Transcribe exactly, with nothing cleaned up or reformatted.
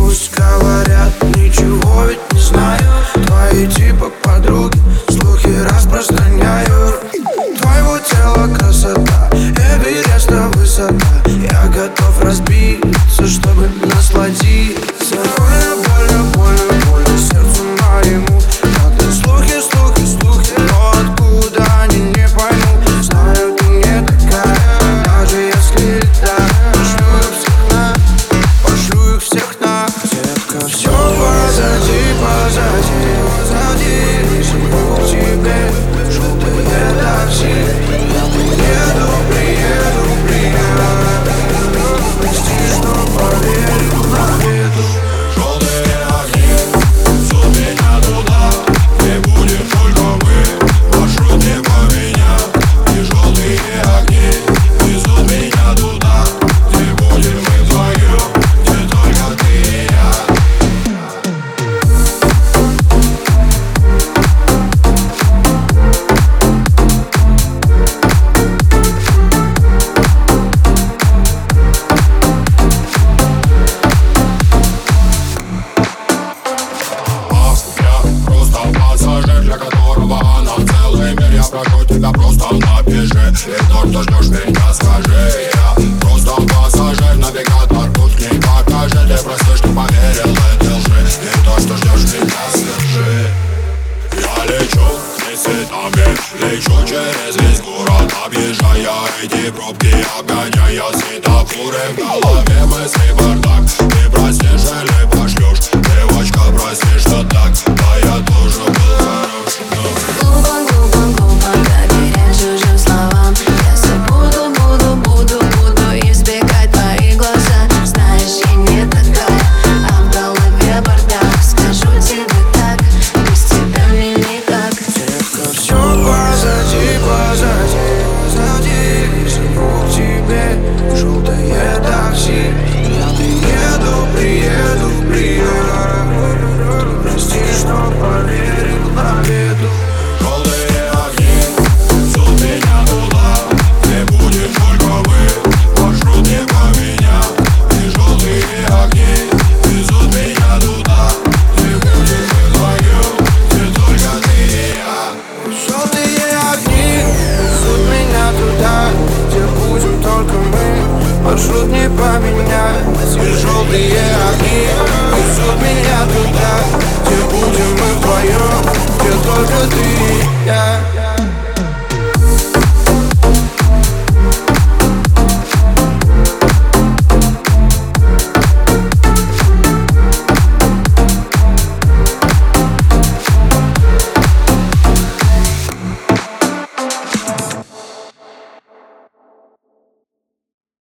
Пусть говорят, ничего ведь не знаю. Твои типа подруги слухи распространяют. Твоего тела красота, Эвереста высота. Я готов разбиться, чтобы насладиться. Больно, больно, больно, больно сердцу моему. Когда слухи, слухи, слухи, но откуда они, не пойму. Знаю, ты не такая, даже если так. Пошлю их всех на, пошлю их всех на. Детка, все позади, позади, позади. Живу к тебе, желтые такси. Я приеду, приеду, приеду. Прости, что поверил на беду. Желтые огни везут меня туда, где будем только мы. Маршрут не поменять. И желтые огни везут меня туда, где будем мы вдвоем, где только ты и я. Я просто пассажир, для которого она целый мир. Я прошу тебя просто напиши, и то, что ждешь меня, скажи. Я просто пассажир, навигатор, путь не покажи. Ты прости, что поверил этой лжи, и то, что ждешь меня, скажи. Я лечу к месяцами, лечу через весь город, объезжая эти пробки, обгоняя светофоры. В голове мысли